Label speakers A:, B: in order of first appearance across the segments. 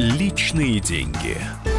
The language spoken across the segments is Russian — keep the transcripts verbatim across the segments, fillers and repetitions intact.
A: Личные деньги.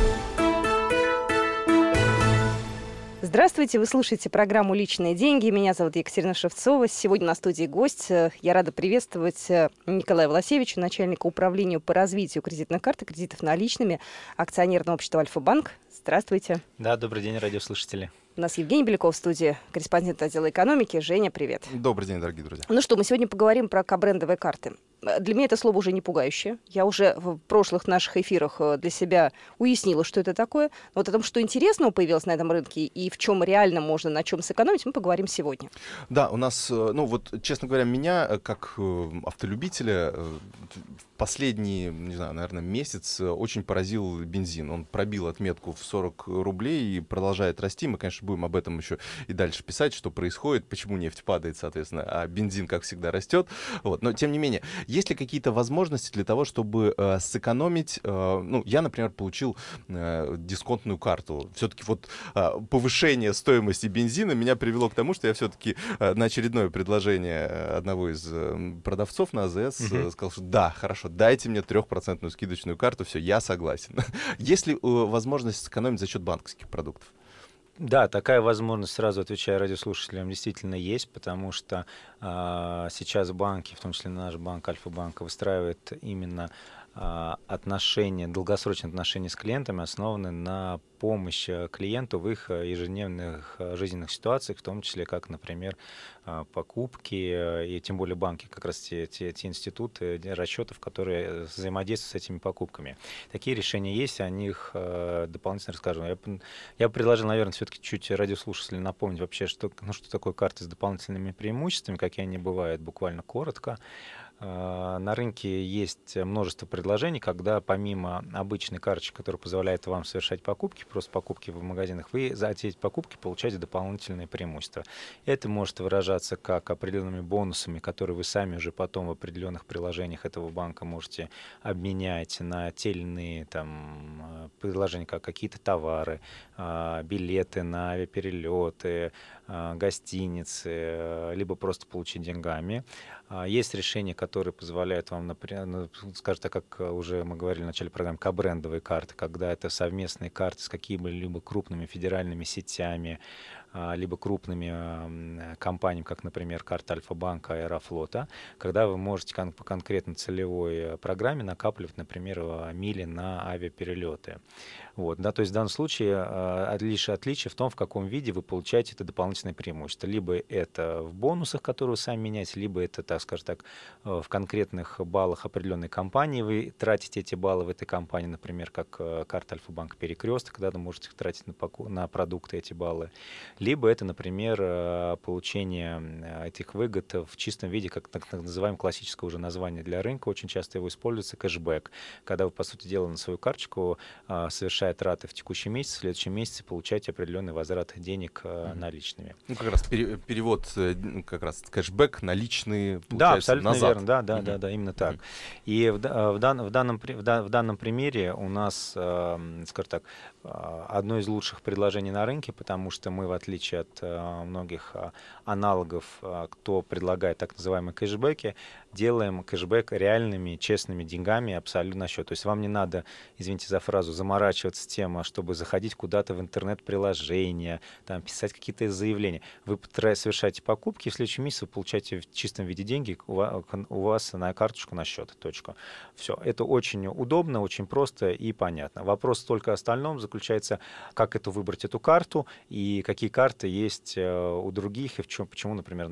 B: Здравствуйте, вы слушаете программу «Личные деньги». Меня зовут Екатерина Шевцова. Сегодня на студии гость. Я рада приветствовать Николая Власевича, начальника управления по развитию кредитных карт и кредитов наличными акционерного общества «Альфа-банк». Здравствуйте.
C: Да, добрый день, радиослушатели.
B: У нас Евгений Беляков в студии, корреспондент отдела экономики. Женя, привет.
D: Добрый день, дорогие друзья.
B: Ну что, мы сегодня поговорим про кабрендовые карты. Для меня это слово уже не пугающее. Я уже в прошлых наших эфирах для себя уяснила, что это такое. Но вот о том, что интересного появилось на этом рынке и в чем реально можно, на чем сэкономить, мы поговорим сегодня.
D: Да, у нас, ну вот, честно говоря, меня, как автолюбителя, последний, не знаю, наверное, месяц очень поразил бензин. Он пробил отметку в сорок рублей и продолжает расти. Мы, конечно, будем об этом еще и дальше писать, что происходит, почему нефть падает, соответственно, а бензин, как всегда, растет. Вот. Но, тем не менее, есть ли какие-то возможности для того, чтобы э, сэкономить? Э, ну, я, например, получил э, дисконтную карту. Все-таки вот э, повышение стоимости бензина меня привело к тому, что я все-таки э, на очередное предложение одного из э, продавцов на АЗС э, сказал, что да, хорошо, дайте мне трехпроцентную скидочную карту, все, я согласен. Есть ли э, возможность сэкономить за счет банковских продуктов?
C: Да, такая возможность, сразу отвечая радиослушателям, действительно есть, потому что э, сейчас банки, в том числе наш банк Альфа-банк, выстраивает именно э, отношения, долгосрочные отношения с клиентами, основанные на помощи клиенту в их ежедневных жизненных ситуациях, в том числе, как, например, покупки, и тем более банки, как раз те, те, те институты расчетов, которые взаимодействуют с этими покупками. Такие решения есть, о них дополнительно расскажу. Я, я предложил, наверное, все-таки чуть радиослушателям напомнить вообще, что, ну, что такое карты с дополнительными преимуществами, какие они бывают, буквально коротко. На рынке есть множество предложений, когда помимо обычной карточки, которая позволяет вам совершать покупки, просто покупки в магазинах, вы за эти покупки получаете дополнительные преимущества. Это может выражаться как определенными бонусами, которые вы сами уже потом в определенных приложениях этого банка можете обменять на те или иные там предложения, как какие-то товары, билеты на авиаперелеты, гостиницы, либо просто получить деньгами. Есть решения, которые позволяют вам, например, скажем так, как уже мы говорили в начале программы, кабрендовые карты, когда это совместные карты с какими-либо крупными федеральными сетями, либо крупными компаниями, как, например, карта Альфа-банка, Аэрофлота, когда вы можете кон- по конкретно целевой программе накапливать, например, мили на авиаперелеты. Вот, да, то есть в данном случае лишь отличие в том, в каком виде вы получаете это дополнительное преимущество. Либо это в бонусах, которые вы сами меняете, либо это, так скажем так, в конкретных баллах определенной компании. Вы тратите эти баллы в этой компании, например, как карта Альфа-банка Перекресток, когда вы можете их тратить на, поку- на продукты, эти баллы. Либо это, например, получение этих выгод в чистом виде, как так называемое классическое уже название для рынка, очень часто его используется кэшбэк, когда вы, по сути дела, на свою карточку совершая траты в текущем месяце, в следующем месяце получаете определенный возврат денег mm-hmm. наличными.
D: Ну, как раз пере- перевод, как раз кэшбэк, наличные, получается,
C: да, абсолютно
D: назад.
C: верно, да, да,
D: mm-hmm.
C: да, да, именно так. Mm-hmm. И в, в, дан, в, данном, в, дан, в данном примере у нас, скажем так, одно из лучших предложений на рынке, потому что мы, в отличие от многих аналогов, кто предлагает так называемые кэшбэки, делаем кэшбэк реальными, честными деньгами абсолютно на счет. То есть вам не надо, извините за фразу, заморачиваться с тем, чтобы заходить куда-то в интернет-приложение, там, писать какие-то заявления. Вы совершаете покупки, в следующем месяце вы получаете в чистом виде деньги у вас на карточку, на счет. Точку. Все. Это очень удобно, очень просто и понятно. Вопрос только остальном заключается, как это выбрать эту карту и какие карты есть у других, и в чем, почему, например,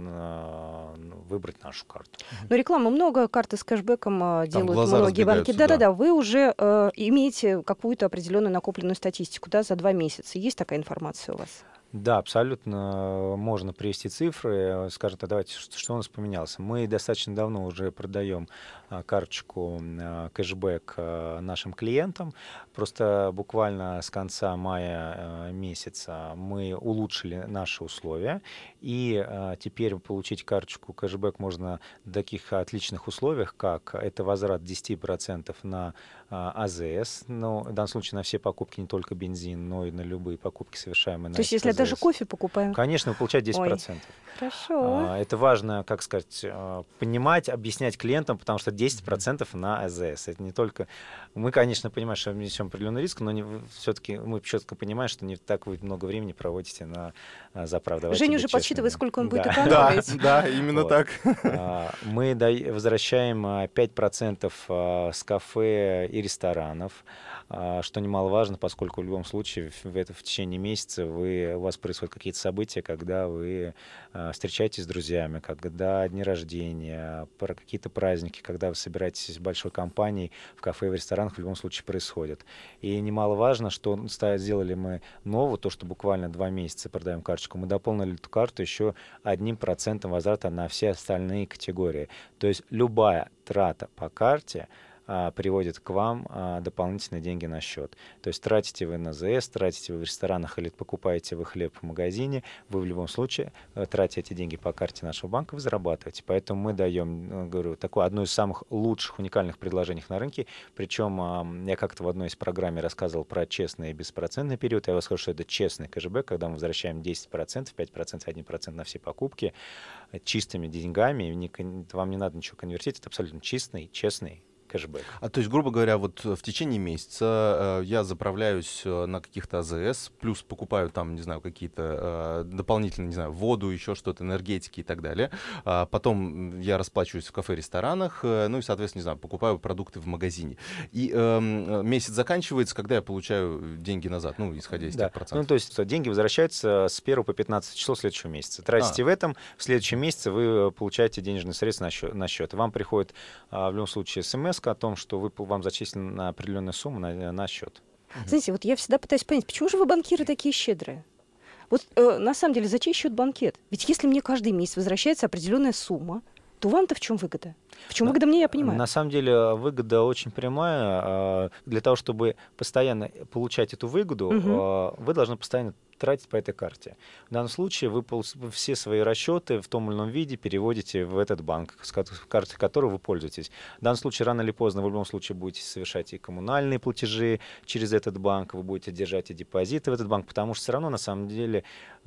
C: выбрать нашу карту.
B: Но рекламы много, карты с кэшбэком
D: Там
B: делают многие банки. Да-да-да, вы уже э, имеете какую-то определенную накопленную статистику, да, за два месяца. Есть такая информация у вас?
C: Да, абсолютно можно привести цифры. Скажем так, давайте, что, что у нас поменялось. Мы достаточно давно уже продаем а, карточку а, кэшбэк а, нашим клиентам. Просто буквально с конца мая а, месяца мы улучшили наши условия. И а, теперь получить карточку кэшбэк можно в таких отличных условиях, как это возврат десять процентов на а, АЗС. Но в данном случае на все покупки, не только бензин, но и на любые покупки, совершаемые на
B: То есть если
C: АЗС.
B: даже кофе покупаем.
C: Конечно, вы получаете десять процентов.
B: Ой, хорошо.
C: Это важно, как сказать, понимать, объяснять клиентам, потому что десять процентов на АЗС. Это не только... Мы, конечно, понимаем, что мы несем определенный риск, но не... все-таки мы четко понимаем, что не так вы много времени проводите на заправке.
B: Женя уже подсчитывает, сколько он будет
C: да.
B: экономить.
D: Да, да, именно вот. Так.
C: Мы возвращаем пять процентов с кафе и ресторанов, что немаловажно, поскольку в любом случае в, это, в течение месяца вы, у вас происходят какие-то события, когда вы встречаетесь с друзьями, когда дни рождения, про какие-то праздники, когда вы собираетесь с большой компанией в кафе и в ресторанах, в любом случае происходит. И немаловажно, что сделали мы новую, то, что буквально два месяца продаем карточку, мы дополнили эту карту еще одним процентом возврата на все остальные категории. То есть любая трата по карте приводит к вам а, дополнительные деньги на счет. То есть тратите вы на ЗС, тратите вы в ресторанах или покупаете вы хлеб в магазине, вы в любом случае тратите эти деньги по карте нашего банка, вы зарабатываете. Поэтому мы даем, говорю, такое одно из самых лучших, уникальных предложений на рынке. Причем а, я как-то в одной из программ рассказывал про честный и беспроцентный период. Я вам скажу, что это честный кэшбэк, когда мы возвращаем десять процентов, пять процентов, один процент на все покупки чистыми деньгами. Вам не надо ничего конвертировать, это абсолютно чистый, честный кэшбэк.
D: А то есть, грубо говоря, вот в течение месяца э, я заправляюсь э, на каких-то АЗС, плюс покупаю там, не знаю, какие-то э, дополнительные, не знаю, воду, еще что-то, энергетики и так далее. А потом я расплачиваюсь в кафе-ресторанах, э, ну и, соответственно, не знаю, покупаю продукты в магазине. И э, месяц заканчивается, когда я получаю деньги назад, ну, исходя из
C: да.
D: тех процентов.
C: Ну, то есть деньги возвращаются с первого по пятнадцатое число следующего месяца. Тратите а. в этом, в следующем месяце вы получаете денежные средства на счет. На счет. Вам приходит а, в любом случае смс о том, что вы, вам зачислена на определенную сумму на, на счет.
B: Знаете, вот я всегда пытаюсь понять, почему же вы, банкиры, такие щедрые? Вот э, на самом деле, за чей счет банкет? Ведь если мне каждый месяц возвращается определенная сумма, то вам-то в чем выгода? В чем выгода мне, я понимаю.
C: На самом деле выгода очень прямая. Для того, чтобы постоянно получать эту выгоду, угу. вы должны постоянно тратить по этой карте. В данном случае вы все свои расчеты в том или ином виде переводите в этот банк, с картой которой вы пользуетесь. В данном случае рано или поздно вы в любом случае будете совершать и коммунальные платежи через этот банк, вы будете держать и депозиты в этот банк, потому что все равно на самом деле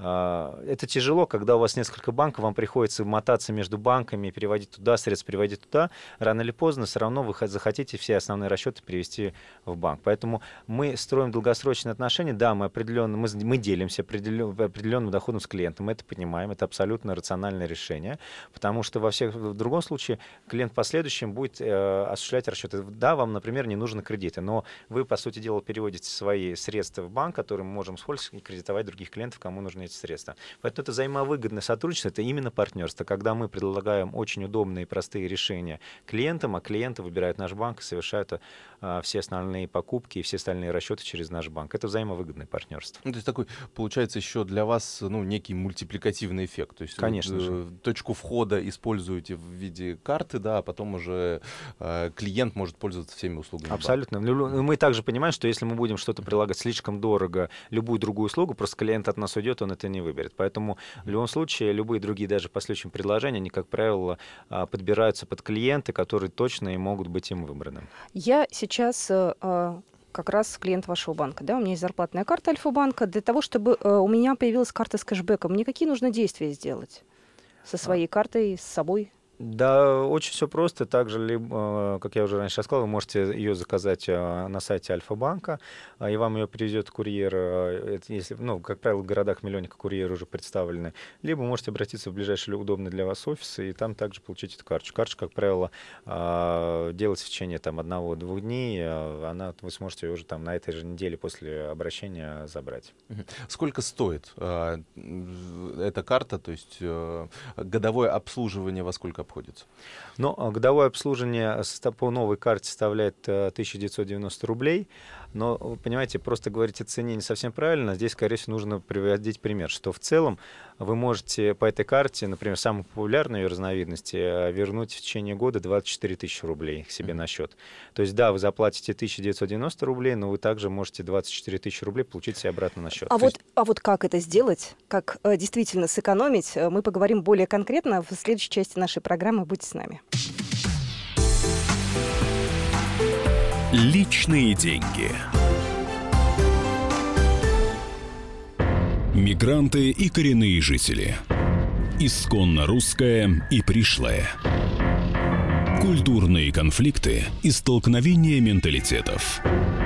C: это тяжело, когда у вас несколько банков, вам приходится мотаться между банками, переводить туда средства, переводить туда. Рано или поздно все равно вы захотите все основные расчеты перевести в банк. Поэтому мы строим долгосрочные отношения. Да, мы определенно, мы, мы делимся определен, определенным доходом с клиентом, мы это понимаем, это абсолютно рациональное решение, потому что во всех, в другом случае клиент в последующем будет э, осуществлять расчеты. Да, вам, например, не нужны кредиты, но вы, по сути дела, переводите свои средства в банк, который мы можем использовать и кредитовать других клиентов, кому нужны эти средства. Поэтому это взаимовыгодное сотрудничество, это именно партнерство, когда мы предлагаем очень удобные и простые решения клиентам, а клиенты выбирают наш банк и совершают а, все основные покупки и все остальные расчеты через наш банк. Это взаимовыгодное партнерство.
D: Ну, то есть такой, получается, еще для вас ну, некий мультипликативный эффект. То есть
C: конечно
D: вы,
C: же.
D: Точку входа используете в виде карты, да, а потом уже э, клиент может пользоваться всеми услугами.
C: Абсолютно. Банка. Мы также понимаем, что если мы будем что-то прилагать слишком дорого, любую другую услугу, просто клиент от нас уйдет, он это не выберет. Поэтому в любом случае любые другие даже последующие предложения, они, как правило, подбираются под клиенты, которые точно и могут быть им выбраны.
B: Я сейчас э, как раз клиент вашего банка. Да? У меня есть зарплатная карта Альфа-банка. Для того, чтобы э, у меня появилась карта с кэшбэком, мне какие нужно действия сделать со своей а. картой, с собой?
C: Да, очень все просто. Также, либо, как я уже раньше сказал, вы можете ее заказать на сайте Альфа-банка, и вам ее привезет курьер, если, ну, как правило, в городах-миллионниках курьеры уже представлены. Либо можете обратиться в ближайший удобный для вас офис, и там также получить эту карточку. Карточка, как правило, делается в течение там, одного-двух дней, она, вы сможете ее уже там, на этой же неделе после обращения забрать.
D: Сколько стоит э, эта карта, то есть э, годовое обслуживание во сколько обходится?
C: Но годовое обслуживание по новой карте составляет тысяча девятьсот девяносто рублей. Но, вы понимаете, просто говорить о цене не совсем правильно. Здесь, скорее всего, нужно приводить пример, что в целом вы можете по этой карте, например, самой популярной ее разновидности, вернуть в течение года двадцать четыре тысячи рублей себе на счет. То есть, да, вы заплатите тысяча девятьсот девяносто рублей, но вы также можете двадцать четыре тысячи рублей получить себе обратно на счет.
B: А, вот,
C: есть...
B: а вот как это сделать, как э, действительно сэкономить, мы поговорим более конкретно в следующей части нашей программы. Будьте с нами.
A: Личные деньги. Мигранты и коренные жители. Исконно русское и пришлое. Культурные конфликты и столкновения менталитетов.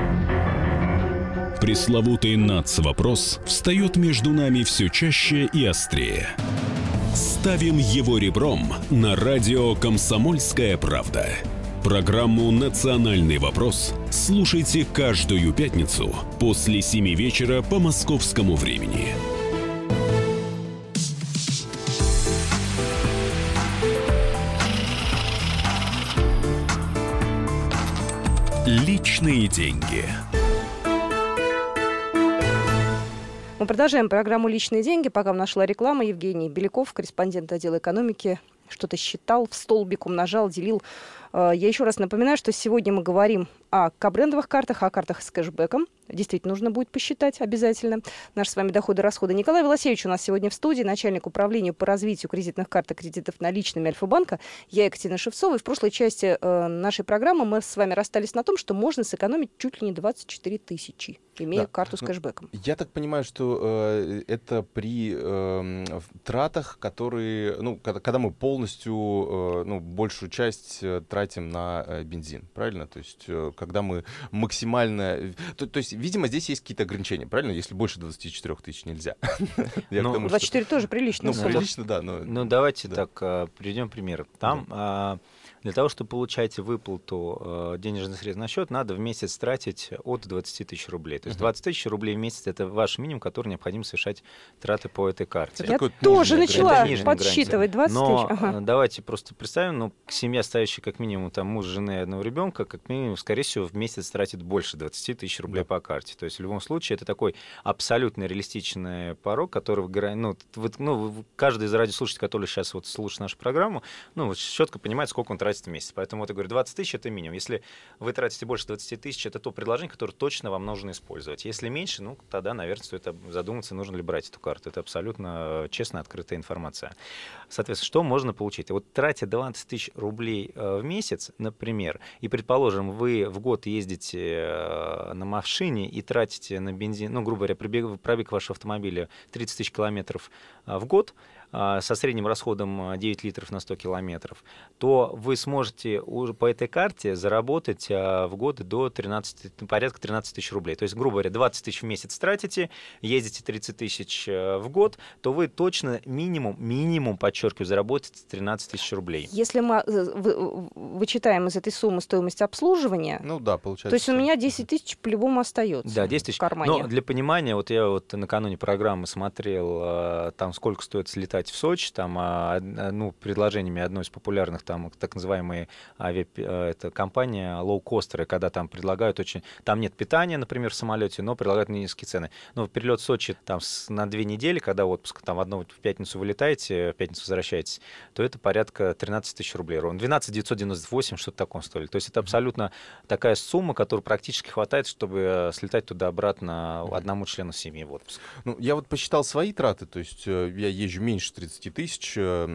A: Пресловутый нацвопрос встает между нами все чаще и острее. Ставим его ребром на радио «Комсомольская правда». Программу «Национальный вопрос» слушайте каждую пятницу после семи вечера по московскому времени. Личные деньги.
B: Мы продолжаем программу «Личные деньги». Пока нашла реклама, Евгений Беляков, корреспондент отдела экономики, что-то считал, в столбик умножал, делил. Я еще раз напоминаю, что сегодня мы говорим о кабрендовых картах, о картах с кэшбэком. Действительно, нужно будет посчитать обязательно наши с вами доходы и расходы. Николай Волосевич у нас сегодня в студии, начальник управления по развитию кредитных карт и кредитов наличными Альфа-банка. Я Екатерина Шевцова. И в прошлой части э, нашей программы мы с вами расстались на том, что можно сэкономить чуть ли не двадцать четыре тысячи, имея да. карту с кэшбэком.
D: Я так понимаю, что э, это при э, тратах, которые, ну, когда, когда мы полностью, э, ну, большую часть э, тратим на э, бензин, правильно? То есть, э, когда мы максимально... То, то есть, видимо, здесь есть какие-то ограничения, правильно? Если больше двадцати четырёх тысяч нельзя.
B: Ну, двадцать четыре тоже прилично.
D: Ну, прилично, да.
C: Ну, давайте так, приведем пример. Там... Для того, чтобы получать выплату э, денежных средств на счет, надо в месяц тратить от двадцати тысяч рублей. То есть двадцать тысяч рублей в месяц — это ваш минимум, который необходимо совершать траты по этой карте.
B: Я тоже начала подсчитывать двадцать тысяч.
C: Но ага. давайте просто представим, ну, семья, ставящая как минимум там, муж, жена и одного ребенка, как минимум, скорее всего, в месяц тратит больше двадцати тысяч рублей да. по карте. То есть в любом случае это такой абсолютно реалистичный порог, который в, ну, вы, ну, каждый из радиослушателей, который сейчас вот слушает нашу программу, ну, вот четко понимает, сколько он тратит в месяц. Поэтому вот я говорю, двадцать тысяч — это минимум. Если вы тратите больше двадцати тысяч, это то предложение, которое точно вам нужно использовать. Если меньше, ну, тогда, наверное, стоит задуматься, нужно ли брать эту карту. Это абсолютно честная, открытая информация. Соответственно, что можно получить? Вот тратя двадцать тысяч рублей в месяц, например, и, предположим, вы в год ездите на машине и тратите на бензин, ну, грубо говоря, пробег, пробег вашего автомобиля тридцать тысяч километров в год, со средним расходом девять литров на сто километров, то вы сможете уже по этой карте заработать в год до тринадцати, порядка тринадцати тысяч рублей. То есть, грубо говоря, двадцать тысяч в месяц тратите, ездите тридцать тысяч в год, то вы точно минимум, минимум, подчеркиваю, заработаете тринадцать тысяч рублей.
B: Если мы вычитаем из этой суммы стоимость обслуживания,
D: ну да, получается.
B: То есть у меня десять тысяч по-любому остается
C: да, десять тысяч в кармане. Но для понимания, вот я вот накануне программы смотрел, там сколько стоит слетать в Сочи, там, ну, предложениями одной из популярных, там, так называемые авиа, это компания лоукостеры, когда там предлагают очень, там нет питания, например, в самолете, но предлагают низкие цены. Но перелет в Сочи там на две недели, когда отпуск, там, в одну в пятницу вылетаете, в пятницу возвращаетесь, то это порядка тринадцать тысяч рублей ровно. двенадцать тысяч девятьсот девяносто восемь, что-то такое стоили. То есть это абсолютно такая сумма, которая практически хватает, чтобы слетать туда-обратно одному члену семьи в отпуск.
D: Ну, я вот посчитал свои траты, то есть я езжу меньше тридцати тысяч,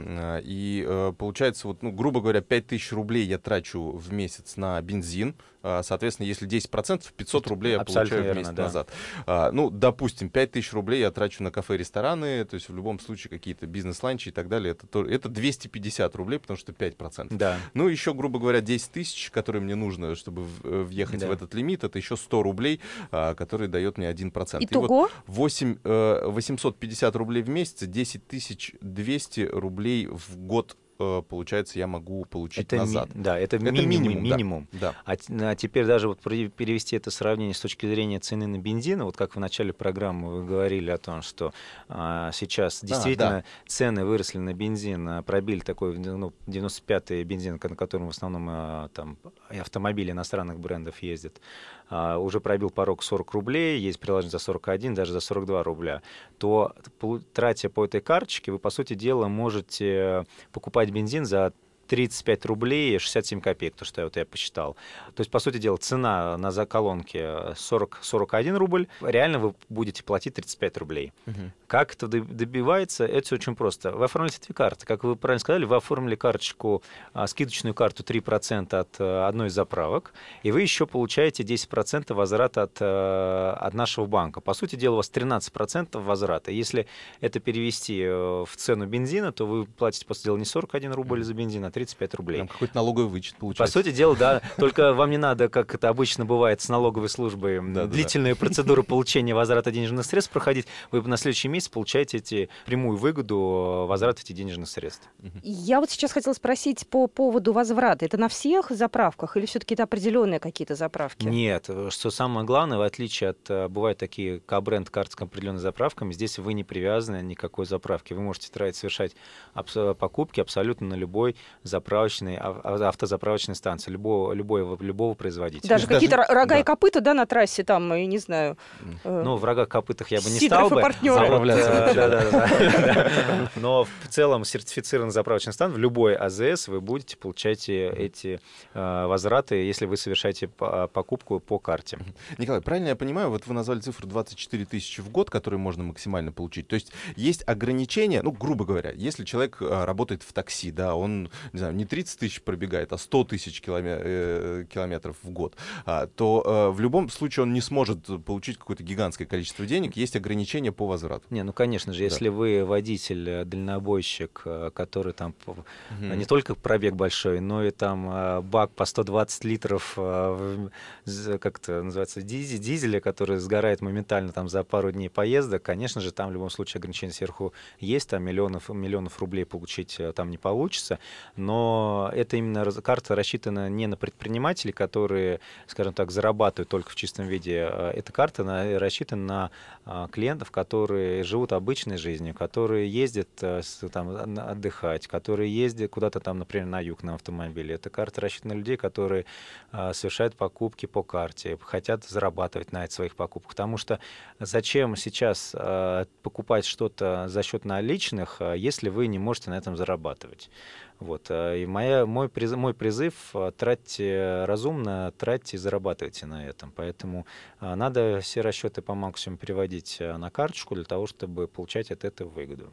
D: и получается, вот, ну, грубо говоря, пять тысяч рублей я трачу в месяц на бензин. Соответственно, если десять процентов, пятьсот рублей я абсолютно получаю верно, месяц да. назад. А, ну, допустим, пять тысяч рублей я трачу на кафе, рестораны, то есть в любом случае какие-то бизнес-ланчи и так далее. Это, то, это двести пятьдесят рублей, потому что пять процентов.
C: Да.
D: Ну, еще, грубо говоря, десять тысяч, которые мне нужно, чтобы въехать да. в этот лимит, это еще сто рублей, а, который дает мне один процент.
B: Итого?
D: И вот восемьсот пятьдесят рублей в месяц, десять тысяч двести рублей в год. Получается, я могу получить
C: это
D: назад.
C: Ми, да, это, это минимум. минимум, минимум. Да. А, а теперь даже вот перевести это сравнение с точки зрения цены на бензин, вот как в начале программы вы говорили о том, что а, сейчас действительно а, да. цены выросли на бензин, пробили такой, ну, девяносто пятый бензин, на котором в основном а, там автомобили иностранных брендов ездят, а, уже пробил порог сорок рублей, есть приложение за сорок один, даже за сорок два рубля, то, тратя по этой карточке, вы, по сути дела, можете покупать бензин за тридцать пять рублей шестьдесят семь копеек, то, что я, вот я посчитал. То есть, по сути дела, цена на заколонке сорок сорок один рубль, реально вы будете платить тридцать пять рублей. Угу. Как это добивается? Это все очень просто. Вы оформляете две карты. Как вы правильно сказали, вы оформили карточку, скидочную карту три процента от одной из заправок, и вы еще получаете десять процентов возврата от, от нашего банка. По сути дела, у вас тринадцать процентов возврата. Если это перевести в цену бензина, то вы платите, по сути дела, не сорок один рубль за бензин, а тридцать пять рублей.
D: Там какой-то налоговый вычет получается.
C: По сути дела, да. Только вам не надо, как это обычно бывает с налоговой службой, длительную процедуру получения возврата денежных средств проходить. Вы на следующий месяц получаете эти, прямую выгоду возврата этих денежных средств.
B: Я вот сейчас хотела спросить по поводу возврата. Это на всех заправках или все-таки это определенные какие-то заправки?
C: Нет. Что самое главное, в отличие от... Бывают такие К-бренд карты с определенными заправками, здесь вы не привязаны ни к какой заправке. Вы можете тратить, совершать покупки абсолютно на любой заправочной, автозаправочной станции, любого, любого, любого производителя.
B: Даже какие-то даже... рога да. и копыта, да, на трассе там, и не знаю...
C: Ну, в рогах копытах я бы не
B: Сидоров
C: стал бы.
D: Заправляться.
C: Но в целом сертифицированный заправочный станция, в любой АЗС вы будете получать эти возвраты, если вы совершаете покупку по карте.
D: Николай, правильно я понимаю, вот вы назвали цифру двадцать четыре тысячи в год, которые можно максимально получить. То есть есть ограничения, ну, грубо говоря, если человек работает в такси, да, он, не знаю, не тридцать тысяч пробегает, а сто тысяч километров в год, то в любом случае он не сможет получить какое-то гигантское количество денег, есть ограничения по возврату.
C: Не, ну, конечно же, если да. вы водитель, дальнобойщик, который там угу. не только пробег большой, но и там бак по сто двадцать литров, как это называется, дизеля, который сгорает моментально там за пару дней поездок, конечно же, там в любом случае ограничения сверху есть, там миллионов, миллионов рублей получить там не получится, но это именно карта рассчитана не на предпринимателей, которые, скажем так, зарабатывают только в чистом виде. Эта карта рассчитана на клиентов, которые живут обычной жизнью, которые ездят там, отдыхать, которые ездят куда-то там, например, на юг на автомобиле. Эта карта рассчитана на людей, которые совершают покупки по карте, хотят зарабатывать на своих покупках. Потому что зачем сейчас покупать что-то за счет наличных, если вы не можете на этом зарабатывать? Вот. И моя, мой, призыв, мой призыв — тратьте разумно, тратьте и зарабатывайте на этом. Поэтому надо все расчеты по максимуму переводить на карточку для того, чтобы получать от этого выгоду.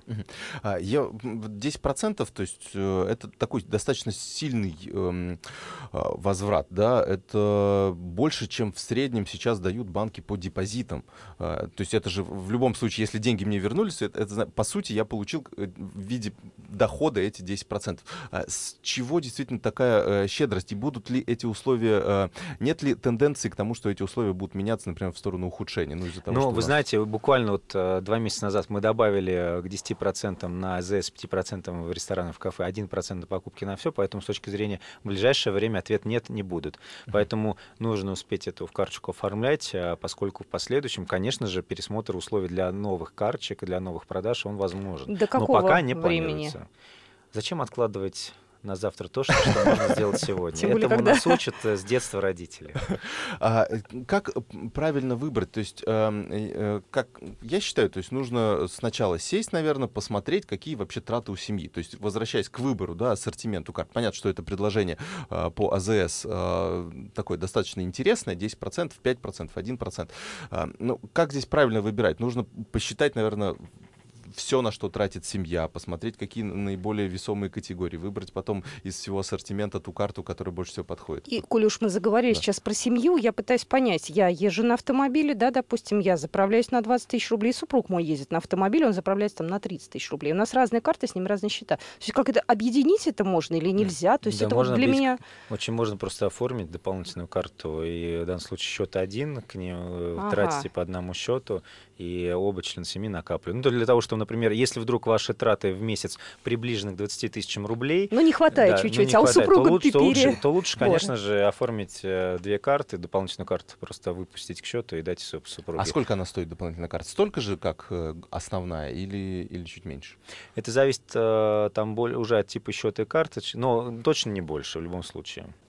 D: Я, десять процентов, то есть это такой достаточно сильный э, возврат, да, это больше, чем в среднем сейчас дают банки по депозитам. То есть это же в любом случае, если деньги мне вернулись, это, это по сути я получил в виде дохода эти десять процентов. С чего действительно такая э, щедрость? И будут ли эти условия, э, нет ли тенденции к тому, что эти условия будут меняться, например, в сторону ухудшения? Ну, из-за того,
C: ну
D: что
C: вы
D: вас...
C: знаете, буквально вот э, два месяца назад мы добавили к десяти процентам на АЗС, пяти процентам в ресторанах, в кафе, один процент на покупки на все, поэтому с точки зрения в ближайшее время ответ нет, не будут. Поэтому нужно успеть эту в карточку оформлять, поскольку в последующем, конечно же, пересмотр условий для новых карточек и для новых продаж, он возможен.
B: До какого
C: Но пока не
B: времени?
C: планируется. Зачем откладывать на завтра то, что, что можно сделать сегодня?
B: Тем более,
C: Этому
B: когда...
C: нас учат с детства родители.
D: А, как правильно выбрать? То есть, э, э, как я считаю, то есть нужно сначала сесть, наверное, посмотреть, какие вообще траты у семьи. То есть, возвращаясь к выбору, да, ассортименту карт. Понятно, что это предложение э, по АЗС э, такое достаточно интересное, десять процентов, пять процентов, один процент. Э, ну, как здесь правильно выбирать? Нужно посчитать, наверное, все, на что тратит семья, посмотреть, какие наиболее весомые категории, выбрать потом из всего ассортимента ту карту, которая больше всего подходит.
B: И, коли уж мы заговорили
D: да.
B: сейчас про семью, я пытаюсь понять. Я езжу на автомобиле, да, допустим, я заправляюсь на двадцать тысяч рублей, супруг мой ездит на автомобиле, он заправляется там на тридцать тысяч рублей. У нас разные карты, с ними разные счета. То есть как это, объединить это можно или нельзя? То есть
C: да,
B: это
C: можно
B: вот для
C: быть,
B: меня...
C: Очень можно просто оформить дополнительную карту, и в данном случае счет один, к ней ага. тратите по одному счету, и оба члена семьи накапливают. Ну, для того, чтобы, например, если вдруг ваши траты в месяц приближены к двадцати тысячам рублей...
B: Ну, не хватает
C: да,
B: чуть-чуть,
C: ну,
B: а у
C: хватает,
B: супруга
C: то лучше, то лучше, то лучше,
B: вот.
C: конечно же, оформить э, две карты, дополнительную карту просто выпустить к счету и дать супруге.
D: А сколько она стоит, дополнительная карта? Столько же, как э, основная, или, или чуть меньше?
C: Это зависит э, там более, уже от типа счета и карты, но точно не больше в любом случае.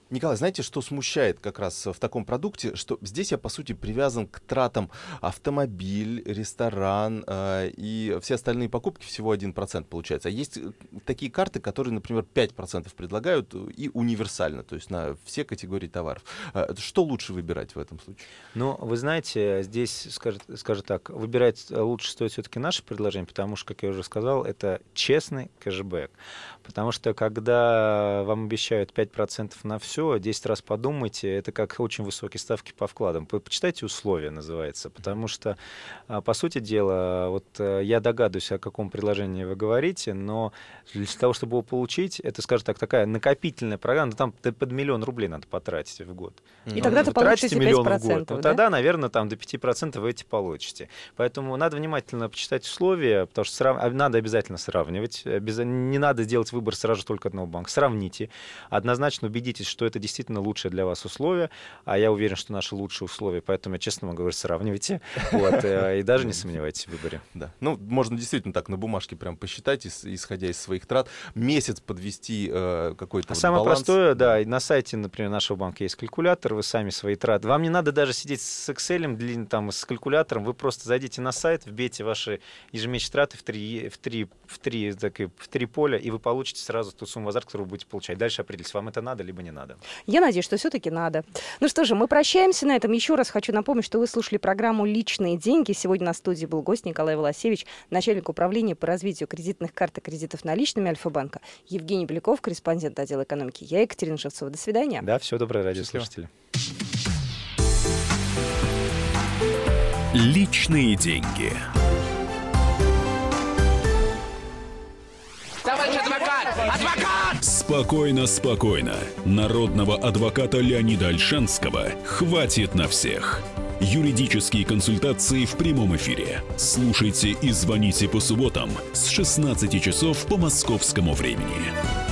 D: Николай, знаете, что смущает как раз в таком продукте, что здесь я, по сути, привязан к тратам автомобиль, ресторан э, и все остальные покупки всего один процент получается. А есть такие карты, которые, например, пять процентов предлагают и универсально, то есть на все категории товаров. Что лучше выбирать в этом случае?
C: Ну, вы знаете, здесь, скажем, скажем так, выбирать лучше стоит все-таки наше предложение, потому что, как я уже сказал, это честный кэшбэк. Потому что, когда вам обещают пять процентов на все, десять раз подумайте, это как очень высокие ставки по вкладам. Почитайте условия, называется. Потому что, по сути дела, вот я догадываюсь, о каком предложении вы говорите, но для того, чтобы его получить, это, скажем так, такая накопительная программа, там под миллион рублей надо потратить в год.
B: И ну, тогда вы получите
C: миллион
B: пять процентов,
C: в год, ну,
B: да?
C: тогда, наверное, там до пяти процентов вы эти получите. Поэтому надо внимательно почитать условия, потому что срав... надо обязательно сравнивать. Обяз... Не надо делать выбор сразу только одного банка. Сравните. Однозначно убедитесь, что это действительно лучшее для вас условие. А я уверен, что наши лучшие условия. Поэтому я честно вам говорю, сравнивайте. Вот, и даже не сомневайтесь в выборе.
D: Да. Ну, можно действительно так на бумажке прям посчитать, исходя из своих трат. Месяц подвести э, какой-то
C: а
D: вот
C: самое
D: баланс.
C: простое, да, на сайте, например, нашего банка есть калькулятор, вы сами свои траты. Вам не надо даже сидеть с Excel, длин, там, с калькулятором, вы просто зайдите на сайт, вбейте ваши ежемесячные траты в три, в три, в три, так, в три поля, и вы получите сразу ту сумму возврата, которую вы будете получать. Дальше определитесь, вам это надо, либо не надо.
B: Я надеюсь, что все-таки надо. Ну что же, мы прощаемся на этом. Еще раз хочу напомнить, что вы слушали программу «Личные деньги». Сегодня на студии был гость Николай Волосевич, начальник управления по развитию кредитных карт и кредитов наличными Альфа-банка, Евгений Беляков, корреспондент отдела экономики. Я Екатерина Шевцова. До свидания.
C: Да, всего доброго, радиослушатели.
A: Личные деньги.
E: Товарищ адвокат! Адвокат!
A: Спокойно, спокойно. Народного адвоката Леонида Ольшанского хватит на всех. Юридические консультации в прямом эфире. Слушайте и звоните по субботам с шестнадцати часов по московскому времени.